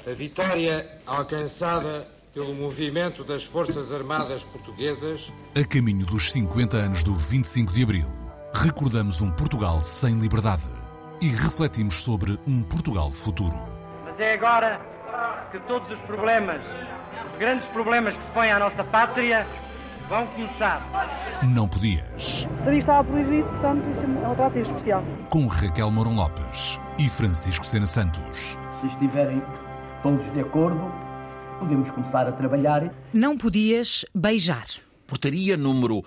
A vitória alcançada pelo movimento das Forças Armadas Portuguesas. A caminho dos 50 anos do 25 de Abril, recordamos um Portugal sem liberdade e refletimos sobre um Portugal futuro. Mas é agora que todos os problemas, os grandes problemas que se põem à nossa pátria, vão começar. Não podias. Sabia que estava proibido, portanto, isso é um atrativo especial. Com Raquel Mourão Lopes e Francisco Sena Santos. Se estiverem todos de acordo, podemos começar a trabalhar. Não podias beijar. Portaria número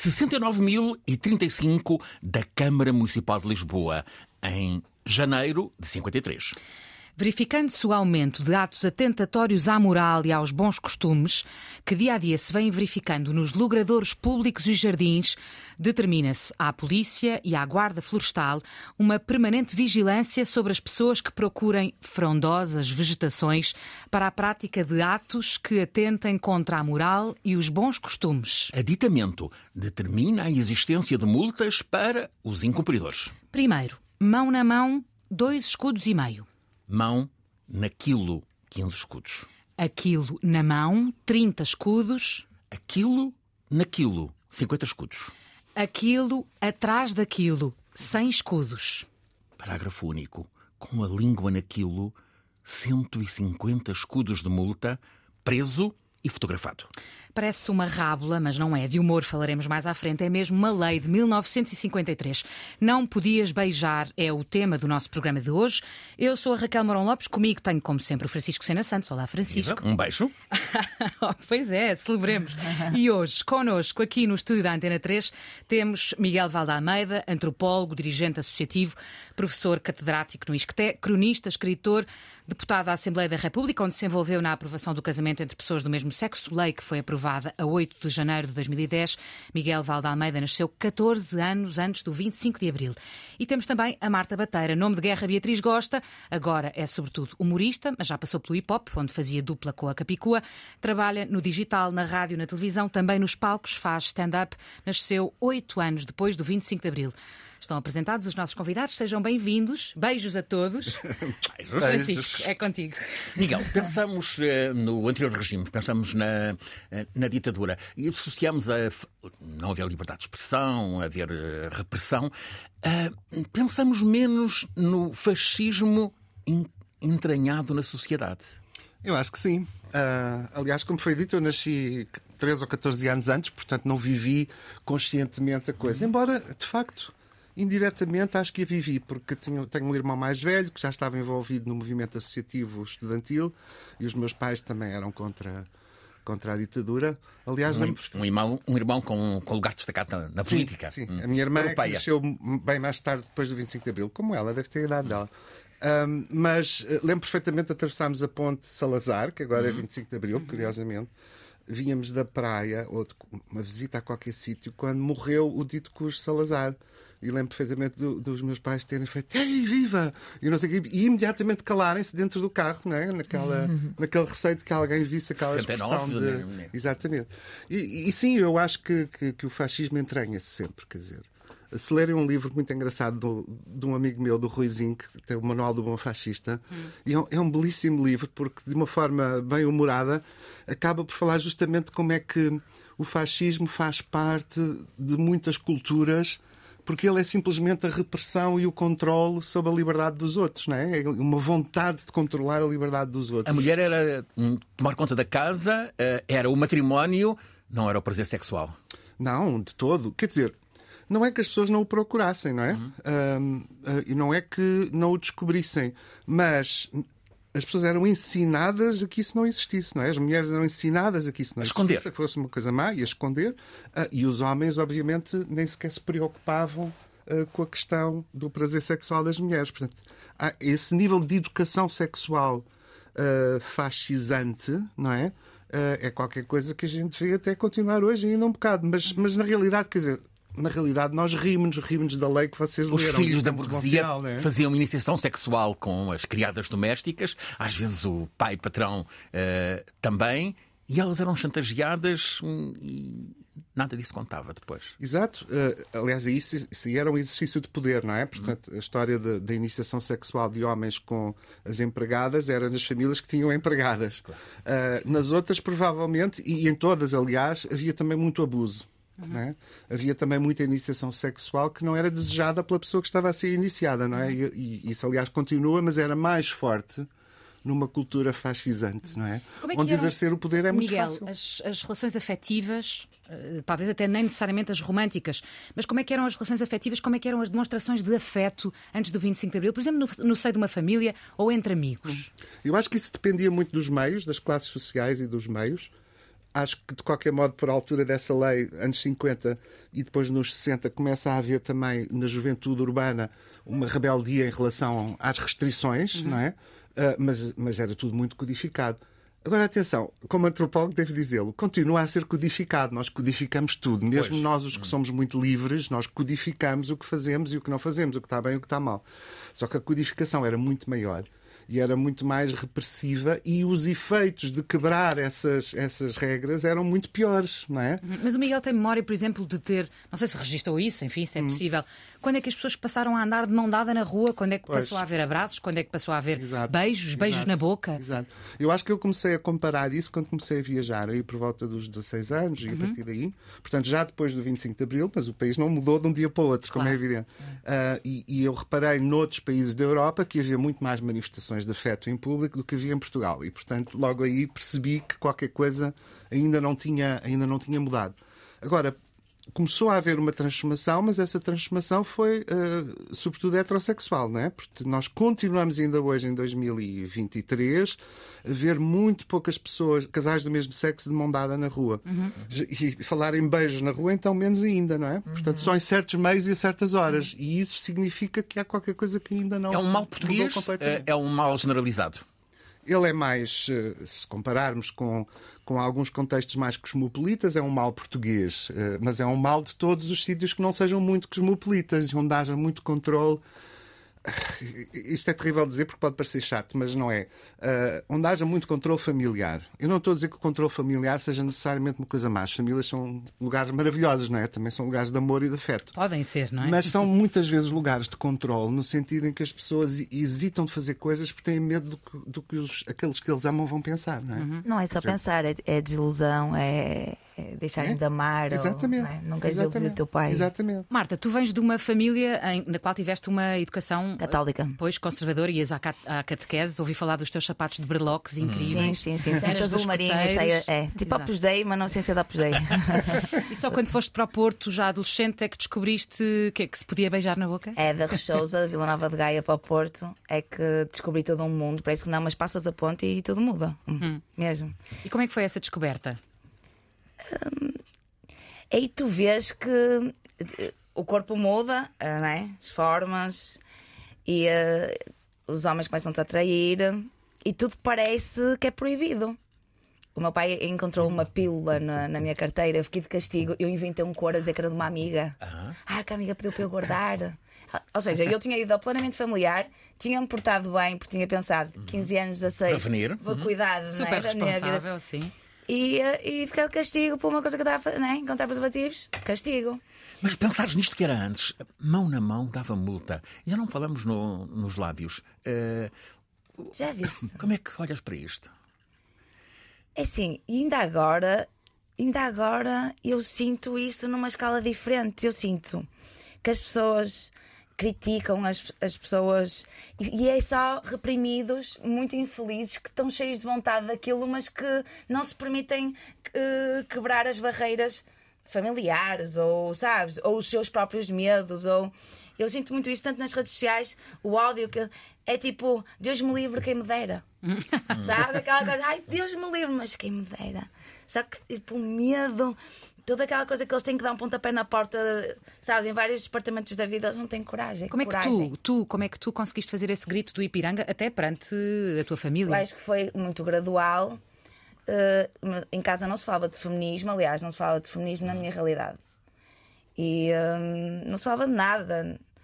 69.035 da Câmara Municipal de Lisboa, em janeiro de 53. Verificando-se o aumento de atos atentatórios à moral e aos bons costumes, que dia a dia se vem verificando nos logradouros públicos e jardins, determina-se à Polícia e à Guarda Florestal uma permanente vigilância sobre as pessoas que procurem frondosas vegetações para a prática de atos que atentem contra a moral e os bons costumes. Aditamento determina a existência de multas para os incumpridores. Primeiro, mão na mão, 2 escudos e meio. Mão naquilo, 15 escudos. Aquilo na mão, 30 escudos. Aquilo naquilo, 50 escudos. Aquilo atrás daquilo, 100 escudos. Parágrafo único. Com a língua naquilo, 150 escudos de multa, preso e fotografado. Parece uma rábula, mas não é. De humor falaremos mais à frente. É mesmo uma lei de 1953. Não podias beijar é o tema do nosso programa de hoje. Eu sou a Raquel Mourão Lopes. Comigo tenho, como sempre, o Francisco Sena Santos. Olá, Francisco. Um beijo. Pois é, celebremos. E hoje, connosco, aqui no estúdio da Antena 3, temos Miguel Valde Almeida, antropólogo, dirigente associativo, professor catedrático no ISCTE, cronista, escritor, deputado à Assembleia da República, onde se envolveu na aprovação do casamento entre pessoas do mesmo sexo, lei que foi aprovada a 8 de janeiro de 2010. Miguel Valde Almeida nasceu 14 anos antes do 25 de Abril. E temos também a Marta Bateira, nome de guerra Beatriz Gosta, agora é sobretudo humorista, mas já passou pelo hip-hop, onde fazia dupla com a Capicua, trabalha no digital, na rádio, na televisão, também nos palcos, faz stand-up, nasceu 8 anos depois do 25 de Abril. Estão apresentados os nossos convidados, sejam bem-vindos. Beijos a todos. Beijos. Francisco, é contigo. Miguel, pensamos no anterior regime, pensamos na ditadura e associamos a não haver liberdade de expressão, a haver repressão. Pensamos menos no fascismo entranhado na sociedade. Eu acho que sim. Aliás, como foi dito, eu nasci 13 ou 14 anos antes, portanto não vivi conscientemente a coisa. Embora, de facto, indiretamente acho que a vivi, porque tenho um irmão mais velho que já estava envolvido no movimento associativo estudantil e os meus pais também eram contra a ditadura. Aliás, um irmão com lugar destacado na política. Sim. A minha irmã europeia. Nasceu bem mais tarde, depois do 25 de Abril, como ela, deve ter a idade dela. Mas lembro perfeitamente, atravessámos a ponte Salazar, que agora é 25 de Abril, curiosamente. Vínhamos da praia, ou de uma visita a qualquer sítio, quando morreu o dito Cujo Salazar. E lembro perfeitamente dos meus pais terem feito "Ei, viva!" E, não sei o quê, e imediatamente calarem-se dentro do carro, não é? Naquele receio de que alguém visse aquela 69, expressão de... Exatamente. E sim, eu acho que o fascismo entranha-se sempre, quer dizer. Se lerem um livro muito engraçado de um amigo meu, do Ruizinho, que tem o Manual do Bom Fascista, e é um belíssimo livro, porque de uma forma bem humorada acaba por falar justamente de como é que o fascismo faz parte de muitas culturas, porque ele é simplesmente a repressão e o controle sobre a liberdade dos outros, não é? É uma vontade de controlar a liberdade dos outros. A mulher era tomar conta da casa, era o matrimónio, não era o prazer sexual. Não, de todo. Quer dizer, não é que as pessoas não o procurassem, não é? E não é que não o descobrissem, mas as pessoas eram ensinadas a que isso não existisse, não é? As mulheres eram ensinadas a que isso não existisse, a que fosse uma coisa má e a esconder. E os homens, obviamente, nem sequer se preocupavam com a questão do prazer sexual das mulheres. Portanto, há esse nível de educação sexual fascisante, não é? É qualquer coisa que a gente vê até continuar hoje ainda um bocado. Mas na realidade, quer dizer, nós rimos da lei que vocês leram. Os filhos da burguesia é? faziam iniciação sexual com as criadas domésticas, às vezes o pai patrão também, e elas eram chantageadas e Nada disso contava depois. Exato. Aliás, isso era um exercício de poder, não é? Portanto, a história da iniciação sexual de homens com as empregadas era nas famílias que tinham empregadas. Claro. Nas outras, provavelmente, e em todas, aliás, havia também muito abuso. Não é? Havia também muita iniciação sexual que não era desejada pela pessoa que estava a ser iniciada, não é? E isso, aliás, continua, mas era mais forte numa cultura fascisante, não é? Onde exercer o poder é muito fácil. Miguel, as relações afetivas, talvez até nem necessariamente as românticas, mas como é que eram as relações afetivas, como é que eram as demonstrações de afeto antes do 25 de Abril, por exemplo, no seio de uma família ou entre amigos? Eu acho que isso dependia muito dos meios, das classes sociais e dos meios. Acho que, de qualquer modo, por altura dessa lei, anos 50 e depois nos 60, começa a haver também, na juventude urbana, uma rebeldia em relação às restrições, não é? Mas era tudo muito codificado. Agora, atenção, como antropólogo devo dizê-lo, continua a ser codificado. Nós codificamos tudo. Mesmo nós, os que somos muito livres, nós codificamos o que fazemos e o que não fazemos, o que está bem e o que está mal. Só que a codificação era muito maior e era muito mais repressiva e os efeitos de quebrar essas regras eram muito piores, não é? Mas o Miguel tem memória, por exemplo, de ter, não sei se registrou isso, enfim, se é possível, quando é que as pessoas passaram a andar de mão dada na rua, quando é que passou a haver abraços, quando é que passou a haver beijos na boca? Exato. Eu acho que eu comecei a comparar isso quando comecei a viajar, aí por volta dos 16 anos e a partir daí, portanto já depois do 25 de Abril, mas o país não mudou de um dia para o outro, como é evidente. E eu reparei noutros países da Europa que havia muito mais manifestações de afeto em público do que havia em Portugal. E, portanto, logo aí percebi que qualquer coisa ainda não tinha mudado. Agora, começou a haver uma transformação, mas essa transformação foi, sobretudo, heterossexual, não é? Porque nós continuamos ainda hoje, em 2023, a ver muito poucas pessoas, casais do mesmo sexo, de mão dada na rua. E falar em beijos na rua, então, menos ainda, não é? Portanto, só em certos meios e a certas horas. E isso significa que há qualquer coisa que ainda não... É um mal português? É um mal generalizado? Ele é mais, se compararmos com alguns contextos mais cosmopolitas, é um mal português, mas é um mal de todos os sítios que não sejam muito cosmopolitas, onde haja muito controle. Isto é terrível dizer porque pode parecer chato, mas não é. Onde haja muito controle familiar. Eu não estou a dizer que o controle familiar seja necessariamente uma coisa má. As famílias são lugares maravilhosos, não é? Também são lugares de amor e de afeto. Podem ser, não é? Mas são muitas vezes lugares de controle, no sentido em que as pessoas hesitam de fazer coisas porque têm medo do que aqueles que eles amam vão pensar, não é? Não é só pensar, é desilusão, é deixarem de amar. Exatamente. Ou, não queres ouvir o teu pai. Exatamente. Marta, tu vens de uma família na qual tiveste uma educação católica, pois conservadora, ias à catequese, ouvi falar dos teus sapatos de berloques incríveis. Sim. Sempre azul marinho, tipo Opus Dei, mas não sem ser da Opus Dei. E só quando foste para o Porto, já adolescente, é que descobriste que se podia beijar na boca? É da Rechousa, Vila Nova de Gaia para o Porto, é que descobri todo um mundo. Parece que não, mas passas a ponte e tudo muda. Mesmo. E como é que foi essa descoberta? Aí tu vês que o corpo muda, não é? As formas, e os homens começam-te a atrair e tudo parece que é proibido. O meu pai encontrou uma pílula na minha carteira, eu fiquei de castigo, eu inventei um cor a dizer que era de uma amiga. Que a amiga pediu para eu guardar. Ou seja, eu tinha ido ao planeamento familiar, tinha-me portado bem, porque tinha pensado 15 anos, 16, vou cuidar super da minha vida. responsável, sim. E ficar de castigo por uma coisa que eu estava a fazer, encontrar preservativos, castigo. Mas pensares nisto que era antes, mão na mão dava multa. Já não falamos nos lábios. Já viste? Como é que olhas para isto? É assim, ainda agora eu sinto isso numa escala diferente. Eu sinto que as pessoas criticam as pessoas e é só reprimidos, muito infelizes, que estão cheios de vontade daquilo, mas que não se permitem quebrar as barreiras familiares ou, sabes, ou os seus próprios medos. Ou eu sinto muito isso tanto nas redes sociais, o ódio que é tipo, Deus me livre, quem me dera. Sabe? Aquela coisa, ai, Deus me livre, mas quem me dera. Só que tipo, o medo, toda aquela coisa que eles têm que dar um pontapé na porta, sabes, em vários departamentos da vida, eles não têm coragem. Como é que tu conseguiste fazer esse grito do Ipiranga até perante a tua família? Eu acho que foi muito gradual. Em casa não se falava de feminismo, aliás, não se falava de feminismo na minha realidade. E não se falava de nada.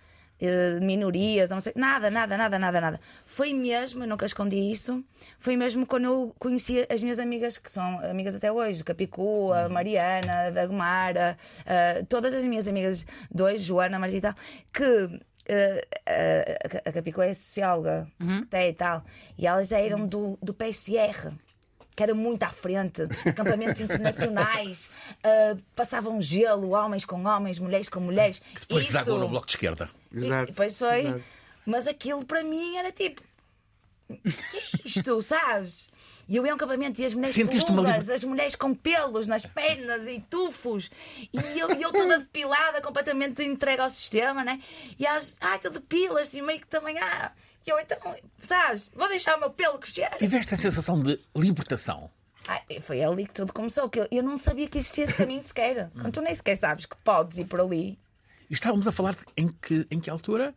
minorias, não sei, nada. Foi mesmo, eu nunca escondi isso, foi mesmo quando eu conheci as minhas amigas, que são amigas até hoje, Capicu, a Mariana, a Dagmara, todas as minhas amigas de hoje, Joana, Margita, que a Capicu é socióloga, secretária e tal, e elas já eram do PSR, que era muito à frente, acampamentos internacionais, passavam gelo, homens com homens, mulheres com mulheres. Que depois desagou no Bloco de Esquerda. Exato. Depois foi. Exato. Mas aquilo para mim era tipo: que é isto, sabes? E eu ia a um acampamento e as mulheres peludas, as mulheres com pelos nas pernas e tufos, e eu toda depilada, completamente entregue ao sistema, né? E elas, tu depilas, e meio que também E eu então, sabes, vou deixar o meu pelo crescer. Tiveste a sensação de libertação? Foi ali que tudo começou, que eu não sabia que existia esse caminho sequer. Tu nem sequer sabes que podes ir por ali. E estávamos a falar em que altura?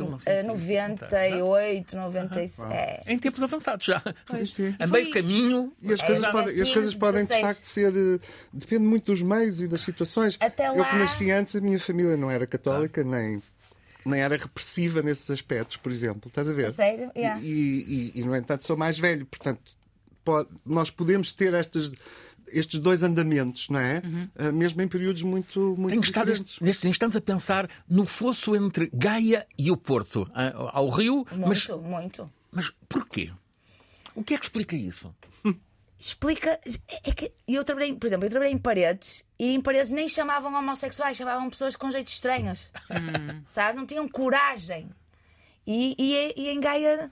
98, 97. Em tempos avançados já. Sim. A meio caminho. E as coisas podem de facto ser. Depende muito dos meios e das situações. Até lá... Eu que nasci antes, a minha família não era católica, nem era repressiva nesses aspectos, por exemplo. Estás a ver? Sério? Yeah. E, no entanto, sou mais velho. Portanto, nós podemos ter estes dois andamentos, não é? Mesmo em períodos muito Tenho estado nestes instantes a pensar no fosso entre Gaia e o Porto, ao Rio. Muito. Mas porquê? O que é que explica isso? Explica. É que eu trabalhei, por exemplo, em Paredes, e em Paredes nem chamavam homossexuais, chamavam pessoas com jeitos estranhos. Sabe? Não tinham coragem. E em Gaia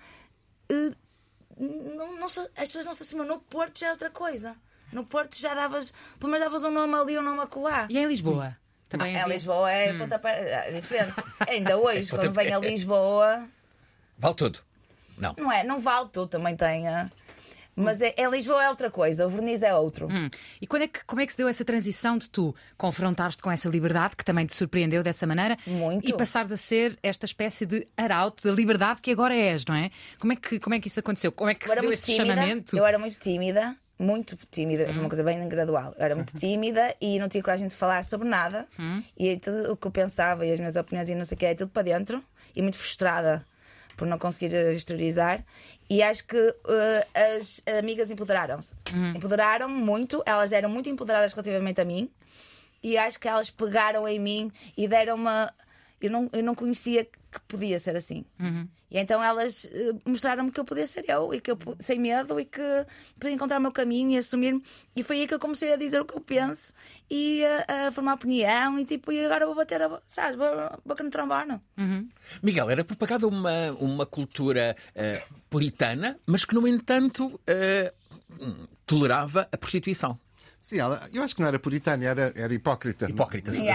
as pessoas não se assumiam. No Porto já é outra coisa. No Porto já pelo menos davas um nome ali, um nome acolá. E em Lisboa? Também Lisboa é diferente. Ainda hoje, quando vem a Lisboa. Vale tudo? Não vale tudo, também tem. Mas Lisboa é outra coisa, o verniz é outro. E como é que se deu essa transição de tu confrontares-te com essa liberdade, que também te surpreendeu dessa maneira, muito, e passares a ser esta espécie de arauto da liberdade que agora és, não é? Como é que isso aconteceu? Como é que se deu esse chamamento? Eu era muito tímida, uma coisa bem gradual. Eu era muito tímida e não tinha coragem de falar sobre nada. E tudo o que eu pensava e as minhas opiniões e não sei o que, é tudo para dentro, e muito frustrada por não conseguir exteriorizar. E acho que as amigas empoderaram-se. Empoderaram-me muito, elas eram muito empoderadas relativamente a mim, e acho que elas pegaram em mim e deram-me. Eu não conhecia que podia ser assim. E então elas mostraram-me que eu podia ser eu, e que eu, sem medo, e que podia encontrar o meu caminho e assumir-me. E foi aí que eu comecei a dizer o que eu penso e a formar opinião, e agora vou bater boca no trombone. Miguel, era propagada uma cultura puritana, mas que, no entanto, tolerava a prostituição. Sim, eu acho que não era puritana, era hipócrita. Hipócrita, sim.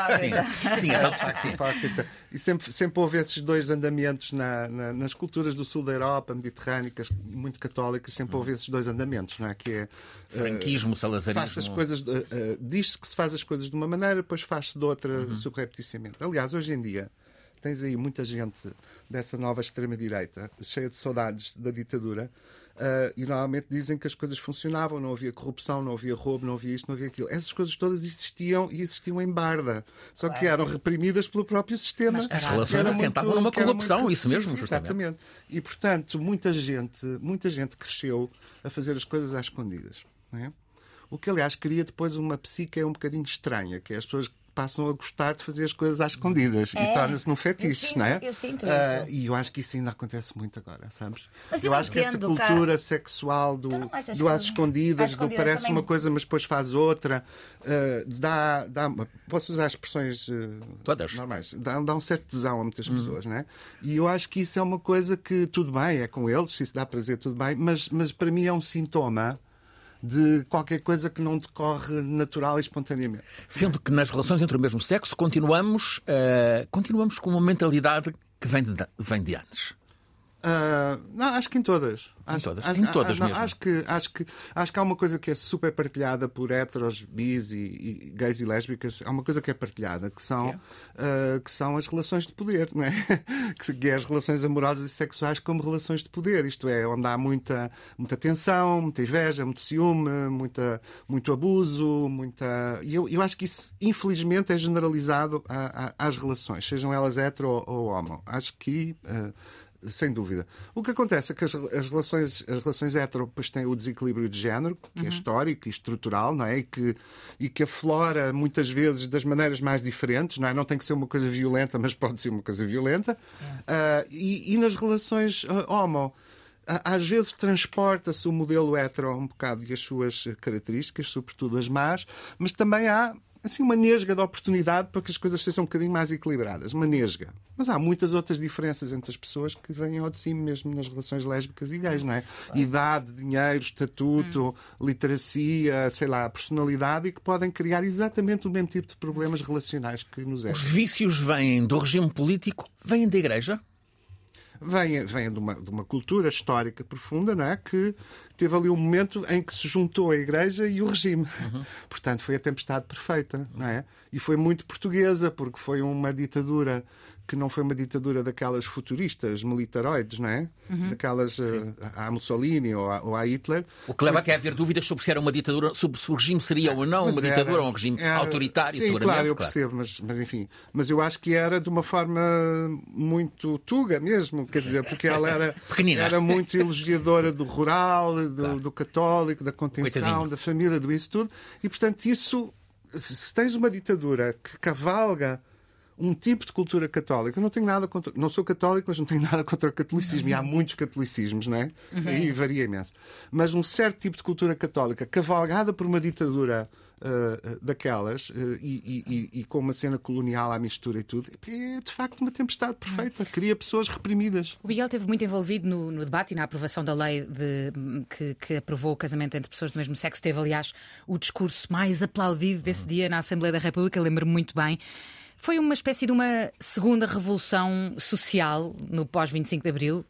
Hipócrita. E sempre houve esses dois andamentos nas culturas do sul da Europa, mediterrânicas, muito católicas, sempre houve esses dois andamentos, não é? Que é franquismo, salazarismo. Faz as coisas, diz-se que se faz as coisas de uma maneira, depois faz-se de outra, subrepticiamente. Aliás, hoje em dia, tens aí muita gente dessa nova extrema-direita, cheia de saudades da ditadura, e normalmente dizem que as coisas funcionavam, não havia corrupção, não havia roubo, não havia isto, não havia aquilo. Essas coisas todas existiam em barda, só que eram reprimidas pelo próprio sistema. As relações assentavam numa corrupção, isso mesmo, justamente. Exatamente. E, portanto, muita gente cresceu a fazer as coisas às escondidas. Não é? O que, aliás, cria depois uma psique um bocadinho estranha, que é as pessoas passam a gostar de fazer as coisas às escondidas e torna-se num fetiche, não é? Eu sinto isso. E eu acho que isso ainda acontece muito agora, sabes? Mas eu acho que essa cultura sexual do às escondidas, do parece também uma coisa, mas depois faz outra, posso usar expressões todas normais, dá um certo tesão a muitas pessoas, não é? E eu acho que isso é uma coisa que, tudo bem, é com eles, se isso dá prazer, tudo bem, mas para mim é um sintoma de qualquer coisa que não decorre natural e espontaneamente. Sendo que nas relações entre o mesmo sexo continuamos com uma mentalidade que vem de antes. Não, acho que em todas. Em todas mesmo. Acho que há uma coisa que é super partilhada por heteros, bis e gays e lésbicas. Há uma coisa que é partilhada, que são as relações de poder, não é? Que é as relações amorosas e sexuais como relações de poder. Isto é, onde há muita tensão, muita inveja, muito ciúme, muito abuso, E eu acho que isso, infelizmente, é generalizado às relações, sejam elas hetero ou homo. Acho que... sem dúvida. O que acontece é que as relações hetero depois têm o desequilíbrio de género, que é histórico e estrutural, não é? E que aflora muitas vezes das maneiras mais diferentes, não é? Não tem que ser uma coisa violenta, mas pode ser uma coisa violenta. E nas relações homo, às vezes transporta-se o modelo hetero um bocado e as suas características, sobretudo as más, mas também há assim uma nesga de oportunidade para que as coisas sejam um bocadinho mais equilibradas. Uma nesga. Mas há muitas outras diferenças entre as pessoas que vêm ao de cima mesmo nas relações lésbicas e gays, não é? Idade, dinheiro, estatuto, literacia, sei lá, personalidade, e que podem criar exatamente o mesmo tipo de problemas relacionais que nos é. Os vícios vêm do regime político, vêm da Igreja? Vêm de uma cultura histórica profunda, não é? Que teve ali um momento em que se juntou a Igreja e o regime. Portanto, foi a tempestade perfeita, não é? E foi muito portuguesa, porque foi uma ditadura que não foi uma ditadura daquelas futuristas, militaroides, não é? Daquelas a Mussolini ou a Hitler. O que leva até a haver dúvidas sobre se era uma ditadura, sobre se o regime seria ou não uma ditadura ou um regime autoritário, sim, seguramente. Claro, eu percebo, mas enfim. Mas eu acho que era de uma forma muito tuga mesmo, quer dizer, porque ela era muito elogiadora do rural, do católico, da contenção, da família, do isso tudo. E, portanto, isso, se tens uma ditadura que cavalga um tipo de cultura católica, eu não tenho nada contra... Não sou católico, mas não tenho nada contra o catolicismo. E há muitos catolicismos, não é? Isso aí varia imenso. Mas um certo tipo de cultura católica cavalgada por uma ditadura daquelas e com uma cena colonial à mistura e tudo, é de facto uma tempestade perfeita. Cria pessoas reprimidas. O Miguel esteve muito envolvido no debate e na aprovação da lei que aprovou o casamento entre pessoas do mesmo sexo. Teve, aliás, o discurso mais aplaudido desse dia na Assembleia da República, lembro-me muito bem. Foi uma espécie de uma segunda revolução social no pós-25 de Abril?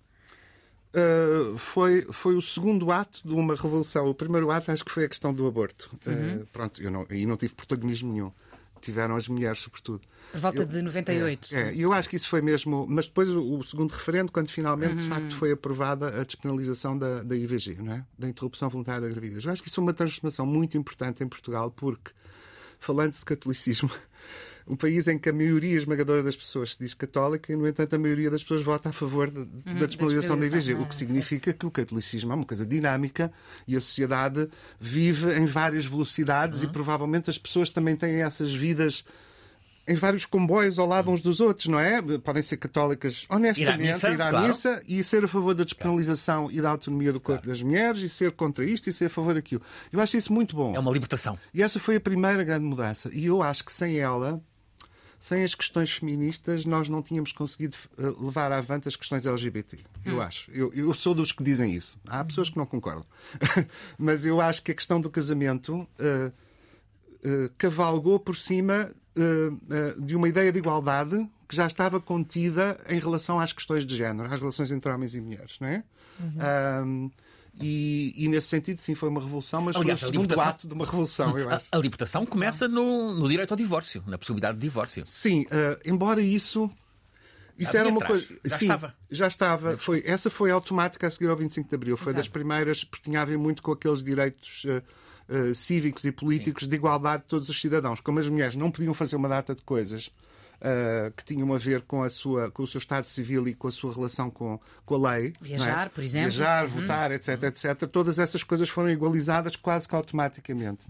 Foi o segundo ato de uma revolução. O primeiro ato acho que foi a questão do aborto. Pronto, eu não tive protagonismo nenhum. Tiveram as mulheres, sobretudo. Por volta de 98. E eu acho que isso foi mesmo... Mas depois o segundo referendo, quando finalmente, de facto, foi aprovada a despenalização da IVG, não é? Da interrupção voluntária da gravidez. Eu acho que isso foi uma transformação muito importante em Portugal, porque, falando de catolicismo... Um país em que a maioria esmagadora das pessoas se diz católica e, no entanto, a maioria das pessoas vota a favor da despenalização da IVG. O que significa que o catolicismo é uma coisa dinâmica e a sociedade vive em várias velocidades e provavelmente as pessoas também têm essas vidas em vários comboios ao lado uns dos outros, não é? Podem ser católicas honestamente, ir à missa e ser a favor da despenalização e da autonomia do corpo das mulheres e ser contra isto e ser a favor daquilo. Eu acho isso muito bom. É uma libertação. E essa foi a primeira grande mudança. E eu acho que sem ela... Sem as questões feministas, nós não tínhamos conseguido levar avante as questões LGBT. Eu acho. Eu sou dos que dizem isso. Há pessoas que não concordam. Mas eu acho que a questão do casamento cavalgou por cima de uma ideia de igualdade que já estava contida em relação às questões de género, às relações entre homens e mulheres, não é? E nesse sentido, sim, foi uma revolução, mas aliás, foi o segundo ato de uma revolução, eu acho. A libertação começa no direito ao divórcio, na possibilidade de divórcio. Sim, embora isso era uma coisa... Já estava. Essa foi automática a seguir ao 25 de Abril. Foi das primeiras, porque tinha a ver muito com aqueles direitos cívicos e políticos de igualdade de todos os cidadãos. Como as mulheres não podiam fazer uma data de coisas que tinham a ver com o seu estado civil e com a sua relação com a lei. Viajar, por exemplo. Viajar, votar, etc, etc. Todas essas coisas foram igualizadas quase que automaticamente.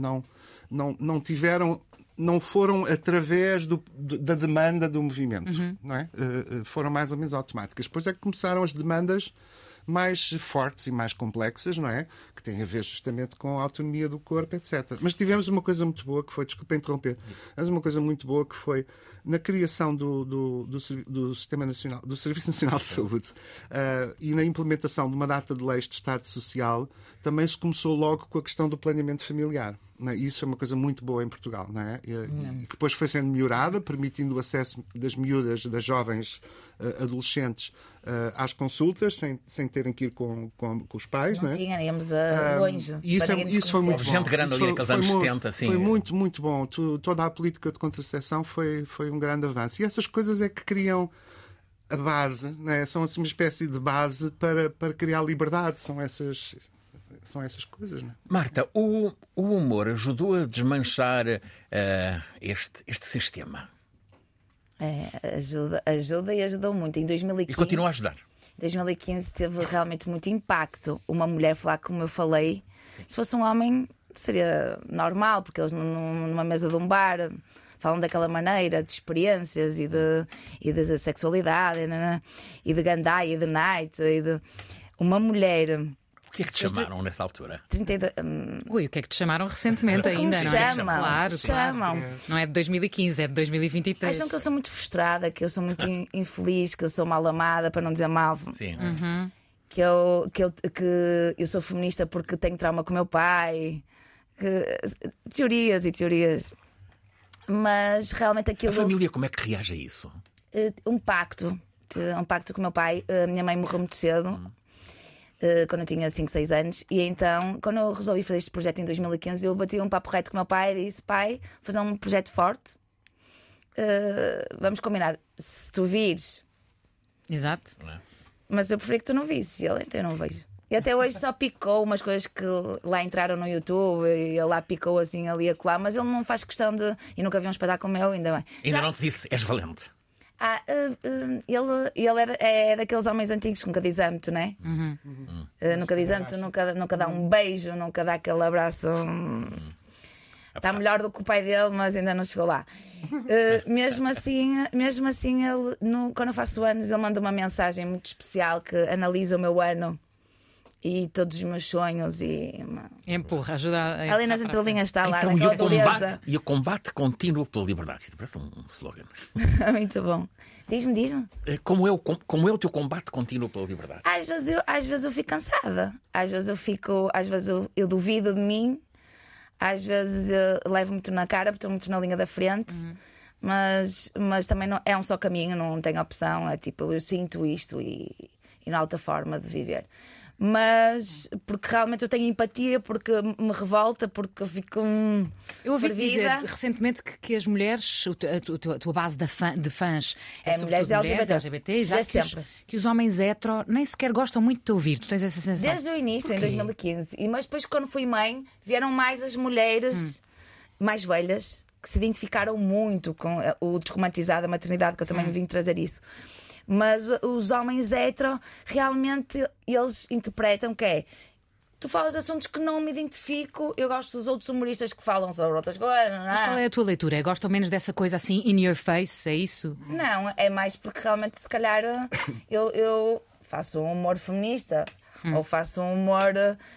Não foram através da demanda do movimento. Não é? Foram mais ou menos automáticas. Depois é que começaram as demandas mais fortes e mais complexas, não é? Que têm a ver justamente com a autonomia do corpo, etc. Mas tivemos uma coisa muito boa que foi, desculpa interromper, mas uma coisa muito boa que foi na criação do Sistema Nacional, do Serviço Nacional de Saúde e na implementação de uma data de leis de Estado Social, também se começou logo com a questão do planeamento familiar. Não é? Isso é uma coisa muito boa em Portugal, não é? E que depois foi sendo melhorada, permitindo o acesso das miúdas, das jovens adolescentes às consultas, sem terem que ir com os pais. Não é? íamos longe. E isso foi muito bom. Gente grande ali naqueles anos 70, assim. Foi muito, muito bom. Toda a política de contracepção foi um grande avanço. E essas coisas é que criam a base, não é? São assim uma espécie de base para criar liberdade. São essas coisas, não é? Marta, o humor ajudou a desmanchar este sistema? Ajuda e ajudou muito. Em 2015, E continua a ajudar? Em 2015 teve realmente muito impacto. Uma mulher falar como eu falei. Sim. Se fosse um homem seria normal, porque eles numa mesa de um bar falam daquela maneira, de experiências e de sexualidade e de gandaia e de night e de... Uma mulher... O que é que te chamaram nessa altura? 32... Ui, o que é que te chamaram recentemente ainda, não é? Chamam. Não é de 2015, é de 2023. Acham que eu sou muito frustrada, que eu sou muito infeliz, que eu sou mal amada, para não dizer mal. Sim. Que eu sou feminista porque tenho trauma com o meu pai. Teorias e teorias. Mas realmente aquilo... A família como é que reage a isso? Um pacto com o meu pai. A minha mãe morreu muito cedo. Quando eu tinha 5, 6 anos. E então, quando eu resolvi fazer este projeto em 2015, eu bati um papo reto com o meu pai e disse: pai, fazer um projeto forte, vamos combinar, se tu vires. Exato. Mas eu prefiro que tu não visses. E ele, então eu não vejo. E até hoje só picou umas coisas que lá entraram no YouTube e ele lá picou assim ali e acolá, mas ele não faz questão de... E nunca viu um espetáculo meu, ainda bem. Ainda não te disse, és valente. Ele é daqueles homens antigos que nunca diz âmbito, não é? Nunca diz âmbito, nunca dá um beijo, nunca dá aquele abraço. Está melhor do que o pai dele, mas ainda não chegou lá. Mesmo assim ele, quando eu faço anos, ele manda uma mensagem muito especial que analisa o meu ano e todos os meus sonhos e empurra, ajuda a... Ali nas entrelinhas está lá, então, naquela dureza. E o combate contínuo pela liberdade. Isto parece um slogan. Muito bom. Diz-me. Como é o teu combate contínuo pela liberdade? Às vezes eu fico cansada. Às vezes eu duvido de mim. Às vezes eu levo muito na cara, porque estou muito na linha da frente. Mas também não, é um só caminho, não tenho opção. É tipo, eu sinto isto e não há outra forma de viver. Mas porque realmente eu tenho empatia, porque me revolta, porque eu fico Eu ouvi dizer recentemente que as mulheres, a tua base de fãs é mulheres LGBT, exato, que os homens hetero nem sequer gostam muito de te ouvir. Tu tens essa sensação? Desde o início, em 2015. Mas depois, quando fui mãe, vieram mais as mulheres mais velhas que se identificaram muito com o desromantizado da maternidade, que eu também vim trazer isso. Mas os homens hetero realmente eles interpretam que é: tu falas de assuntos que não me identifico, eu gosto dos outros humoristas que falam sobre outras coisas. Não é? Mas qual é a tua leitura? Gostam menos dessa coisa assim, in your face, é isso? Não, é mais porque realmente se calhar eu faço um humor feminista ou faço um humor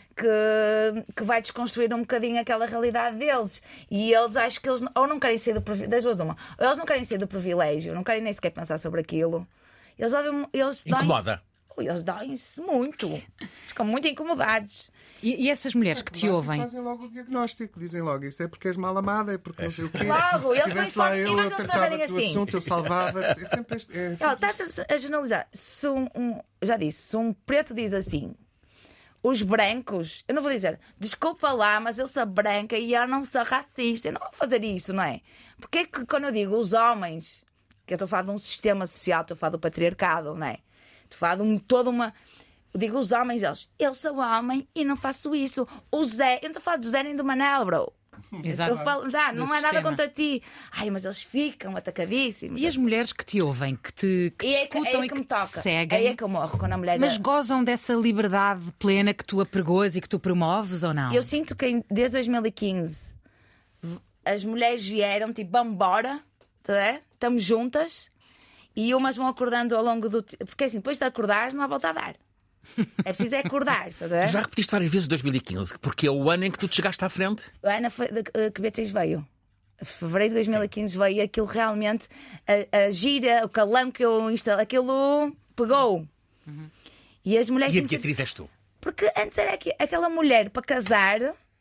que vai desconstruir um bocadinho aquela realidade deles. E eles acho que eles ou não querem ser do privilégio, das duas uma, ou eles não querem ser do privilégio, não querem nem sequer pensar sobre aquilo. Eles incomoda. Eles dão-se muito. Ficam muito incomodados. E essas mulheres que te ouvem? Fazem logo o diagnóstico, dizem logo: isto é porque és mal amada, é porque não sei o quê. Logo, se estivesse lá eu tratava-te do assim. assunto, eu salvava-te. É sempre este. Estás a generalizar. Já disse, se um preto diz assim, os brancos, eu não vou dizer, desculpa lá, mas eu sou branca e eu não sou racista. Eu não vou fazer isso, não é? Porque é que quando eu digo os homens, que eu estou a falar de um sistema social, estou a falar do patriarcado, não é? Estou a falar de toda uma... Eu digo os homens, eu sou homem e não faço isso. O Zé, eu não estou a falar do Zé nem do Manel, bro. Exato. Não é nada contra ti. Ai, mas eles ficam atacadíssimos. E as mulheres que te ouvem, que te escutam e que te seguem? Aí é que eu morro quando a mulher... Mas gozam dessa liberdade plena que tu apregoas e que tu promoves ou não? Eu sinto que desde 2015 as mulheres vieram, tipo, vamos embora, tá? Estamos juntas e umas vão acordando ao longo do... Porque assim, depois de acordares não há volta a dar. É preciso acordar, sabe? Já repetiste várias vezes 2015, porque é o ano em que tu te chegaste à frente. O ano foi que Beatriz veio. Fevereiro de 2015 veio aquilo realmente, a gira, o calão que eu instalei, aquilo pegou. E as mulheres... E a Beatriz és tu. Porque antes era aquela mulher para casar,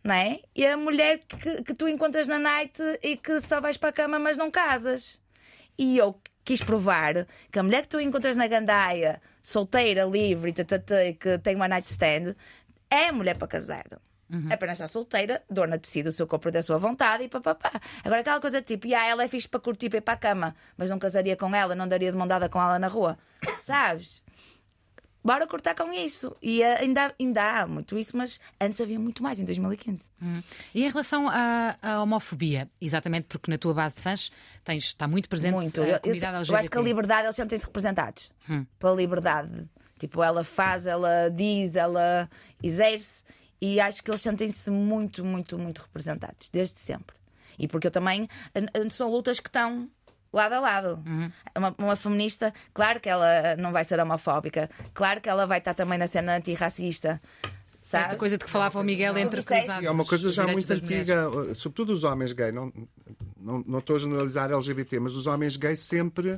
não é? E a mulher que tu encontras na night e que só vais para a cama, mas não casas. E eu quis provar que a mulher que tu encontras na gandaia, solteira, livre, que tem uma nightstand, é mulher para casar. Apenas está solteira, dona decide o seu corpo da sua vontade e papapá. Agora aquela coisa tipo, ela é fixe para curtir para ir para a cama, mas não casaria com ela, não daria de mão dada com ela na rua. Sabes? Bora cortar com isso. E ainda há muito isso, mas antes havia muito mais, em 2015. E em relação à homofobia, exatamente porque na tua base de fãs está muito presente a comunidade LGBT. Eu acho que a liberdade, eles sentem-se representados pela liberdade. Tipo, ela faz, ela diz, ela exerce, e acho que eles sentem-se muito, muito, muito representados, desde sempre. E porque eu também são lutas que estão lado a lado. Uma feminista, claro que ela não vai ser homofóbica, claro que ela vai estar também na cena antirracista. Sabes? Esta coisa de que falava o Miguel entre cruzados. É uma coisa já muito antiga, sobretudo os homens gays. Não estou a generalizar LGBT, mas os homens gays sempre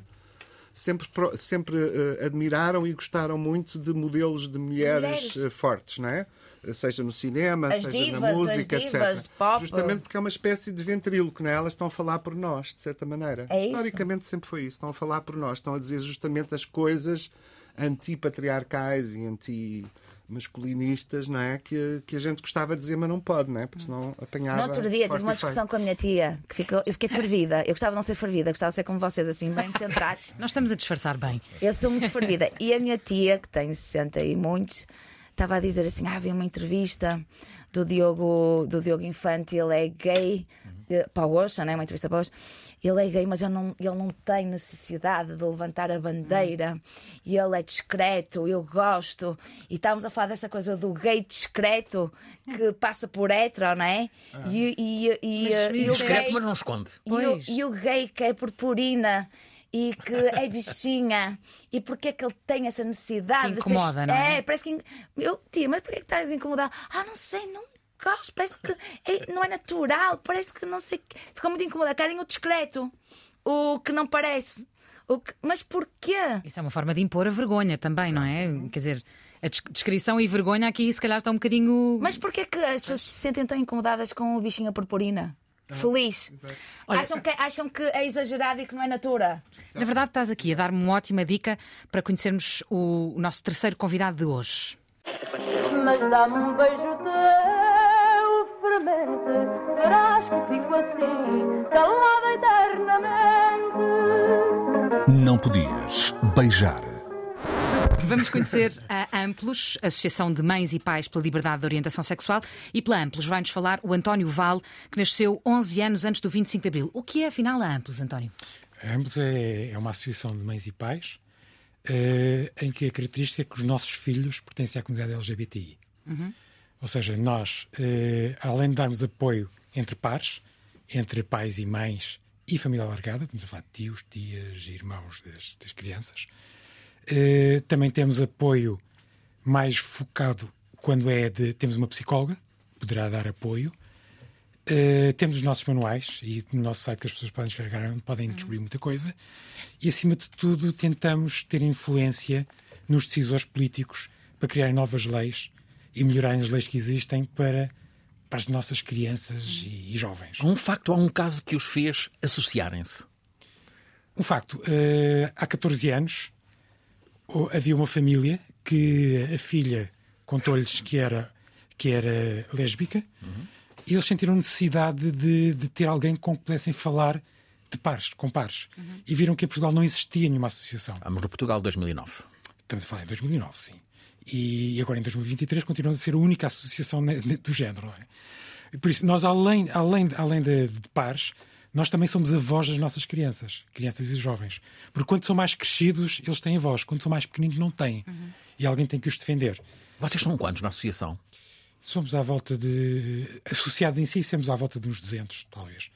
admiraram e gostaram muito de modelos de mulheres fortes, não é? Seja no cinema, seja na música, etc. Pop. Justamente porque é uma espécie de ventríloco, não é? Elas estão a falar por nós, de certa maneira. Historicamente sempre foi isso. Estão a falar por nós. Estão a dizer justamente as coisas antipatriarcais e anti-masculinistas, não é? Que a gente gostava de dizer, mas não pode, não é? Porque senão apanhava. No outro dia tive uma discussão com a minha tia, eu fiquei fervida. Eu gostava de não ser fervida, gostava de ser como vocês, assim, bem centrados. Nós estamos a disfarçar bem. Eu sou muito fervida. E a minha tia, que tem 60 e muitos, estava a dizer assim: havia uma entrevista do Diogo Infante, ele é gay, para o Oxa, não é? Uma entrevista para o Oxa. Ele é gay, mas ele não tem necessidade de levantar a bandeira, e ele é discreto, eu gosto. E estávamos a falar dessa coisa do gay discreto que passa por hétero, não é? Discreto, mas não esconde. E o gay que é purpurina e que é bichinha, e porque é que ele tem essa necessidade que incomoda, de ser... não é? Parece que... Tia, mas porquê é que estás incomodado? Não sei, não gosto, parece que não é natural, parece que não sei... Ficou muito incomodada. Querem o discreto, o que não parece. Mas porquê? Isso é uma forma de impor a vergonha também, não é? Quer dizer, a descrição e vergonha aqui se calhar está um bocadinho... Mas porquê é que as pessoas se sentem tão incomodadas com o bichinho a purpurina? Feliz. Olha, acham que é exagerado e que não é natura. Na verdade, estás aqui a dar-me uma ótima dica para conhecermos o nosso terceiro convidado de hoje. Mas dá-me um beijo teu, fremente, verás que fico assim, calada eternamente. Não podias beijar. Vamos conhecer a Amplos, Associação de Mães e Pais pela Liberdade de Orientação Sexual, e pela Amplos vai-nos falar o António Val, que nasceu 11 anos antes do 25 de Abril. O que é, afinal, a Amplos, António? A Amplos é uma associação de mães e pais em que a característica é que os nossos filhos pertencem à comunidade LGBTI. Ou seja, nós, além de darmos apoio entre pares, entre pais e mães e família alargada, estamos a falar de tios, tias e irmãos das crianças, também temos apoio mais focado quando temos uma psicóloga que poderá dar apoio. Temos os nossos manuais e no nosso site que as pessoas podem descarregar, onde podem descobrir muita coisa, e acima de tudo tentamos ter influência nos decisores políticos para criarem novas leis e melhorarem as leis que existem para as nossas crianças e jovens. Há um caso que os fez associarem-se. Um facto, há 14 anos havia uma família que a filha contou-lhes que era lésbica, e eles sentiram necessidade de ter alguém com que pudessem falar com pares. E viram que em Portugal não existia nenhuma associação. Vamos no Portugal 2009. Estamos a falar em 2009, sim. E agora em 2023 continuamos a ser a única associação do género. Não é? Por isso, nós além de pares, nós também somos a voz das nossas crianças e jovens. Porque quando são mais crescidos, eles têm voz. Quando são mais pequeninos, não têm. E alguém tem que os defender. Vocês são quantos na associação? Somos à volta de... Associados em si, somos à volta de uns 200, talvez.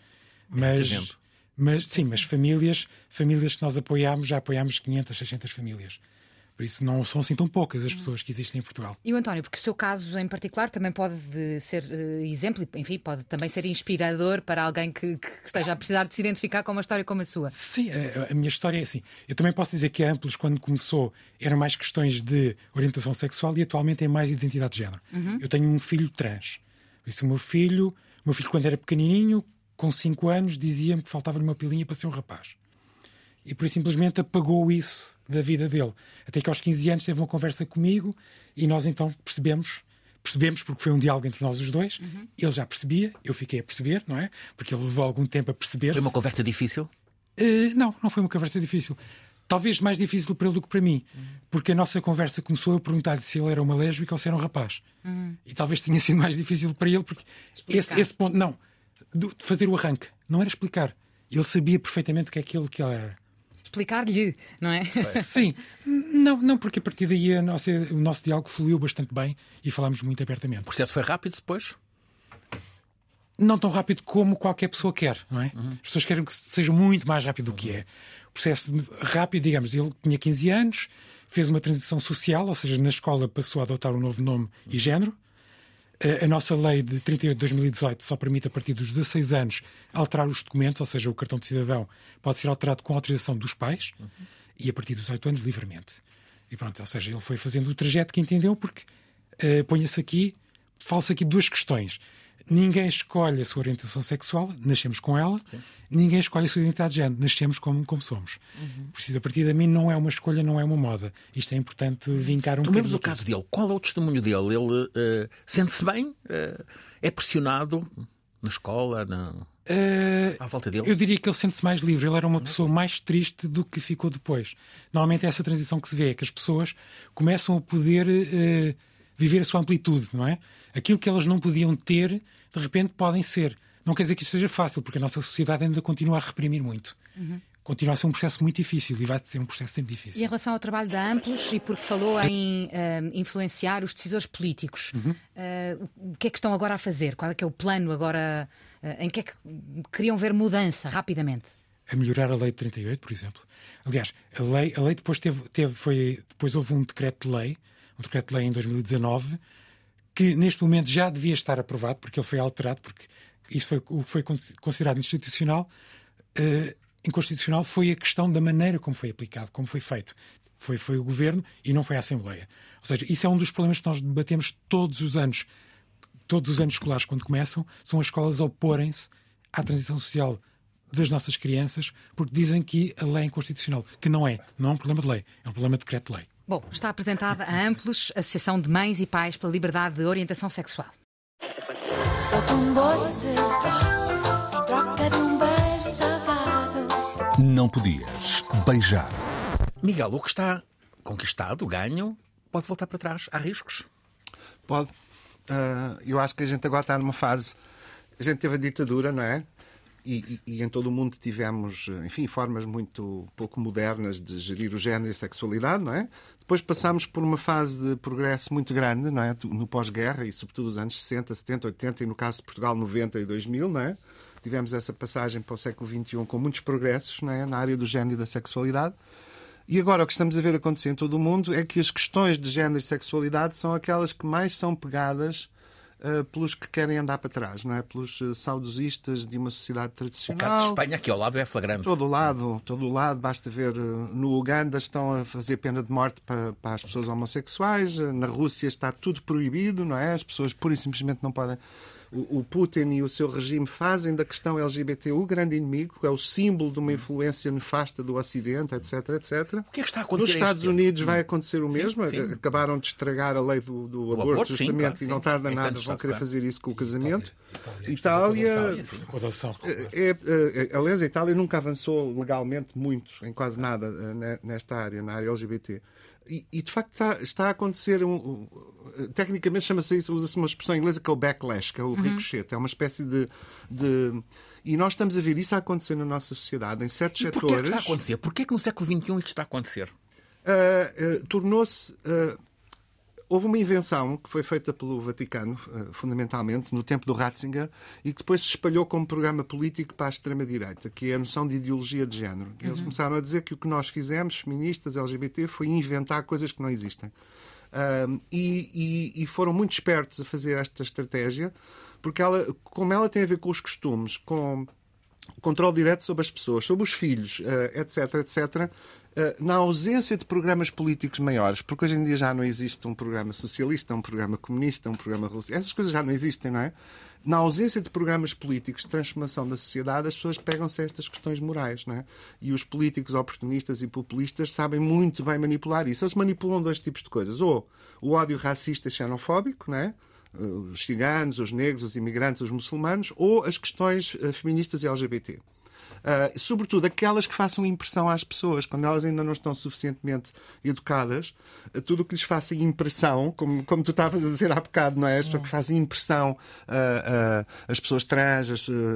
Mas famílias que nós apoiámos, já apoiámos 500, 600 famílias. Por isso não são assim tão poucas as pessoas que existem em Portugal. E o António, porque o seu caso em particular também pode ser exemplo, enfim, pode também ser inspirador para alguém que esteja a precisar de se identificar com uma história como a sua. Sim, a minha história é assim. Eu também posso dizer que a Amplos, quando começou, eram mais questões de orientação sexual e atualmente é mais identidade de género. Eu tenho um filho trans. Isso, o meu filho, quando era pequenininho, com 5 anos, dizia-me que faltava-lhe uma pilinha para ser um rapaz. E por isso simplesmente apagou isso da vida dele. Até que aos 15 anos teve uma conversa comigo e nós então percebemos, porque foi um diálogo entre nós os dois. Ele já percebia, eu fiquei a perceber, não é? Porque ele levou algum tempo a perceber. Foi uma conversa difícil? Não foi uma conversa difícil. Talvez mais difícil para ele do que para mim. Porque a nossa conversa começou a perguntar-lhe se ele era uma lésbica ou se era um rapaz. E talvez tenha sido mais difícil para ele, porque esse ponto, não, de fazer o arranque, não era explicar. Ele sabia perfeitamente o que é aquilo que ele era. Explicar-lhe, não é? Sim. Não, porque a partir daí o nosso diálogo fluiu bastante bem e falámos muito abertamente. O processo foi rápido depois? Não tão rápido como qualquer pessoa quer, não é? As pessoas querem que seja muito mais rápido do que é. O processo rápido, digamos, ele tinha 15 anos, fez uma transição social, ou seja, na escola passou a adotar um novo nome e género. A nossa lei de 38 de 2018 só permite, a partir dos 16 anos, alterar os documentos, ou seja, o cartão de cidadão pode ser alterado com autorização dos pais e, a partir dos 18 anos, livremente. E pronto, ou seja, ele foi fazendo o trajeto que entendeu, porque fala-se aqui 2 questões. Ninguém escolhe a sua orientação sexual, nascemos com ela. Sim. Ninguém escolhe a sua identidade de género, nascemos como somos. Por isso, a partir de mim, não é uma escolha, não é uma moda. Isto é importante vincar um bocadinho. Tomemos o caso dele. Qual é o testemunho dele? Ele sente-se bem? É pressionado na escola? À volta dele? Eu diria que ele sente-se mais livre. Ele era uma pessoa mais triste do que ficou depois. Normalmente é essa transição que se vê, é que as pessoas começam a poder viver a sua amplitude, não é? Aquilo que elas não podiam ter, de repente podem ser. Não quer dizer que isto seja fácil, porque a nossa sociedade ainda continua a reprimir muito. Continua a ser um processo muito difícil e vai ser um processo sempre difícil. E em relação ao trabalho da Amplos, e porque falou em influenciar os decisores políticos, o que é que estão agora a fazer? Qual é que é o plano agora? Em que é que queriam ver mudança rapidamente? A melhorar a lei de 38, por exemplo. Aliás, a lei depois depois houve um decreto-de-lei em 2019, que neste momento já devia estar aprovado, porque ele foi alterado, porque isso foi considerado inconstitucional foi a questão da maneira como foi aplicado, como foi feito. Foi o Governo e não foi a Assembleia. Ou seja, isso é um dos problemas que nós debatemos todos os anos escolares, quando começam, são as escolas a oporem-se à transição social das nossas crianças, porque dizem que a lei é inconstitucional, que não é um problema de lei, é um problema de decreto-lei. Bom, está apresentada a Amplos, Associação de Mães e Pais pela Liberdade de Orientação Sexual. Não podias beijar. Miguel, o que está conquistado, ganho, pode voltar para trás. Há riscos? Pode. Eu acho que a gente agora está numa fase... A gente teve a ditadura, não é? E em todo o mundo tivemos, enfim, formas muito pouco modernas de gerir o género e a sexualidade, não é? Depois passámos por uma fase de progresso muito grande, não é? No pós-guerra, e sobretudo os anos 60, 70, 80, e no caso de Portugal, 90 e 2000, não é? Tivemos essa passagem para o século XXI com muitos progressos, não é? Na área do género e da sexualidade. E agora o que estamos a ver acontecer em todo o mundo é que as questões de género e sexualidade são aquelas que mais são pegadas pelos que querem andar para trás, não é? Pelos saudosistas de uma sociedade tradicional. O caso de Espanha, aqui ao lado, é flagrante. Todo o lado, basta ver. No Uganda estão a fazer pena de morte para as pessoas homossexuais, na Rússia está tudo proibido, não é? As pessoas pura e simplesmente não podem... O Putin e o seu regime fazem da questão LGBT o grande inimigo, é o símbolo de uma influência nefasta do Ocidente, etc, etc. O que é que está a acontecer? Nos Estados Unidos vai acontecer o mesmo. Sim. Acabaram de estragar a lei do aborto, justamente, sim, claro, e não tarda nada, vão querer fazer isso com o casamento. Itália... Aliás, a Itália nunca avançou legalmente muito, em quase nada, nesta área, na área LGBT. E de facto está a acontecer tecnicamente chama-se isso, usa-se uma expressão inglesa que é o backlash, que é o ricochete, é uma espécie de... E nós estamos a ver isso a acontecer na nossa sociedade, em certos setores. Porquê é que está a acontecer? Porquê é que no século XXI isto está a acontecer? Tornou-se... Houve uma invenção que foi feita pelo Vaticano, fundamentalmente, no tempo do Ratzinger, e que depois se espalhou como programa político para a extrema-direita, que é a noção de ideologia de género. Eles começaram a dizer que o que nós fizemos, feministas, LGBT, foi inventar coisas que não existem. E foram muito espertos a fazer esta estratégia, porque como ela tem a ver com os costumes, com controle direto sobre as pessoas, sobre os filhos, etc, etc, na ausência de programas políticos maiores, porque hoje em dia já não existe um programa socialista, um programa comunista, um programa russo, essas coisas já não existem, não é? Na ausência de programas políticos de transformação da sociedade, as pessoas pegam-se a estas questões morais, não é? E os políticos oportunistas e populistas sabem muito bem manipular isso. Eles manipulam 2 tipos de coisas. Ou o ódio racista e xenofóbico, não é? Os ciganos, os negros, os imigrantes, os muçulmanos, ou as questões feministas e LGBT. Sobretudo aquelas que façam impressão às pessoas, quando elas ainda não estão suficientemente educadas, tudo o que lhes faça impressão, como tu estavas a dizer há bocado, não é? As pessoas que fazem impressão, as pessoas trans,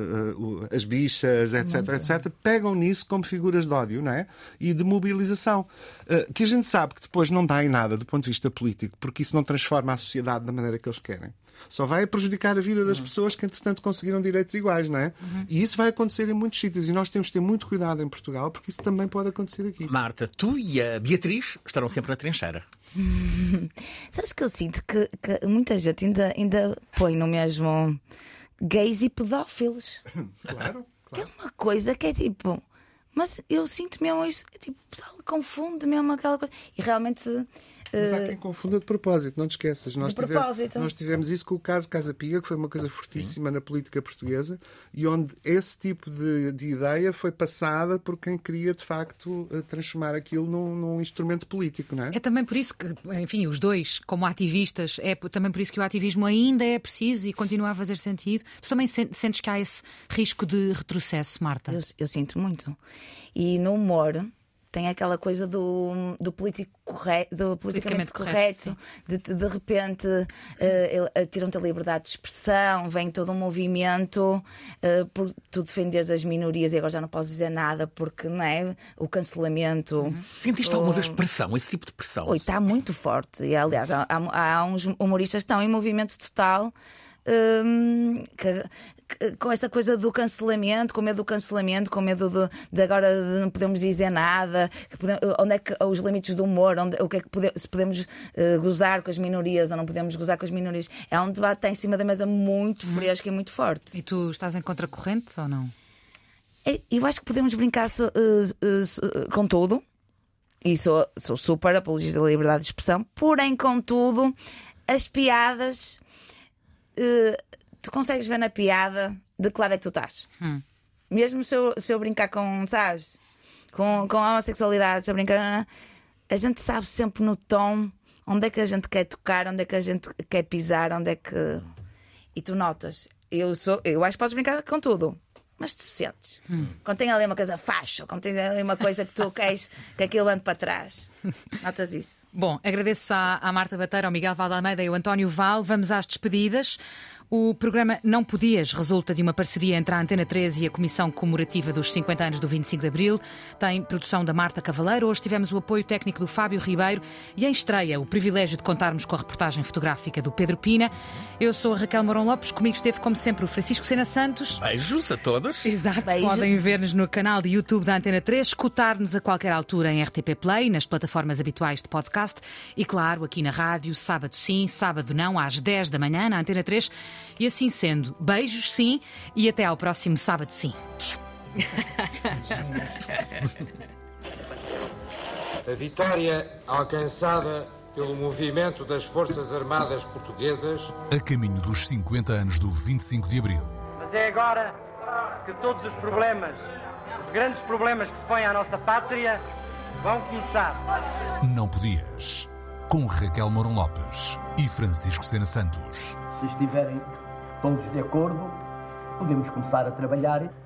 as bichas, etc., pegam nisso como figuras de ódio, não é? E de mobilização, que a gente sabe que depois não dá em nada do ponto de vista político, porque isso não transforma a sociedade da maneira que eles querem. Só vai prejudicar a vida das pessoas que, entretanto, conseguiram direitos iguais, não é? E isso vai acontecer em muitos sítios. E nós temos de ter muito cuidado em Portugal, porque isso também pode acontecer aqui. Marta, tu e a Beatriz estarão sempre na trincheira. Sabes que eu sinto que muita gente ainda põe no mesmo gays e pedófilos. Claro. Que é uma coisa que é tipo... Mas eu sinto mesmo isso. É tipo, o pessoal confunde mesmo aquela coisa. E realmente... Mas há quem confunda de propósito, não te esqueças. Nós tivemos isso com o caso Casa Pia, que foi uma coisa fortíssima na política portuguesa, e onde esse tipo de ideia foi passada por quem queria, de facto, transformar aquilo num instrumento político, não é? É também por isso que, enfim, os dois, como ativistas, é também por isso que o ativismo ainda é preciso e continua a fazer sentido. Tu também sentes que há esse risco de retrocesso, Marta? Eu sinto muito. E no humor... tem aquela coisa do politicamente correto, de repente tiram-te a liberdade de expressão, vem todo um movimento por tu defenderes as minorias e agora já não podes dizer nada porque não é o cancelamento. Sentiste alguma vez pressão, esse tipo de pressão? Oi, está muito forte. E aliás, há uns humoristas que estão em movimento total. Com essa coisa do cancelamento, com medo do cancelamento, com medo de agora de não podemos dizer nada, onde é que os limites do humor, o que é que se podemos gozar com as minorias ou não podemos gozar com as minorias. É um debate que está em cima da mesa muito fresco e muito forte. E tu estás em contracorrente ou não? Eu acho que podemos brincar com tudo, e sou super apologista da liberdade de expressão, porém, contudo, as piadas. Tu consegues ver na piada de que lado é que tu estás. Mesmo se eu brincar com, sabes, com a homossexualidade, se eu brincar, a gente sabe sempre no tom onde é que a gente quer tocar, onde é que a gente quer pisar, onde é que... E tu notas. Eu acho que podes brincar com tudo, mas tu sentes. Quando tem ali uma coisa facho, quando tem ali uma coisa que tu queres que aquilo ande para trás, notas isso. Bom, agradeço à Marta Bateira, ao Miguel Valde Almeida e ao António Val. Vamos às despedidas. O programa Não Podias resulta de uma parceria entre a Antena 3 e a Comissão Comemorativa dos 50 anos do 25 de Abril. Tem produção da Marta Cavaleiro. Hoje tivemos o apoio técnico do Fábio Ribeiro e em estreia o privilégio de contarmos com a reportagem fotográfica do Pedro Pina. Eu sou a Raquel Mourão Lopes. Comigo esteve, como sempre, o Francisco Sena Santos. Beijos a todos. Exato. Beijo. Podem ver-nos no canal de YouTube da Antena 3, escutar-nos a qualquer altura em RTP Play, nas plataformas habituais de podcast e, claro, aqui na rádio, sábado sim, sábado não, às 10 da manhã, na Antena 3. E assim sendo, beijos sim e até ao próximo sábado sim. A vitória alcançada pelo movimento das Forças Armadas Portuguesas a caminho dos 50 anos do 25 de Abril. Mas é agora que todos os problemas, os grandes problemas que se põem à nossa pátria, vão começar. Não Podias, com Raquel Mourão Lopes e Francisco Sena Santos. Se estiverem todos de acordo, podemos começar a trabalhar.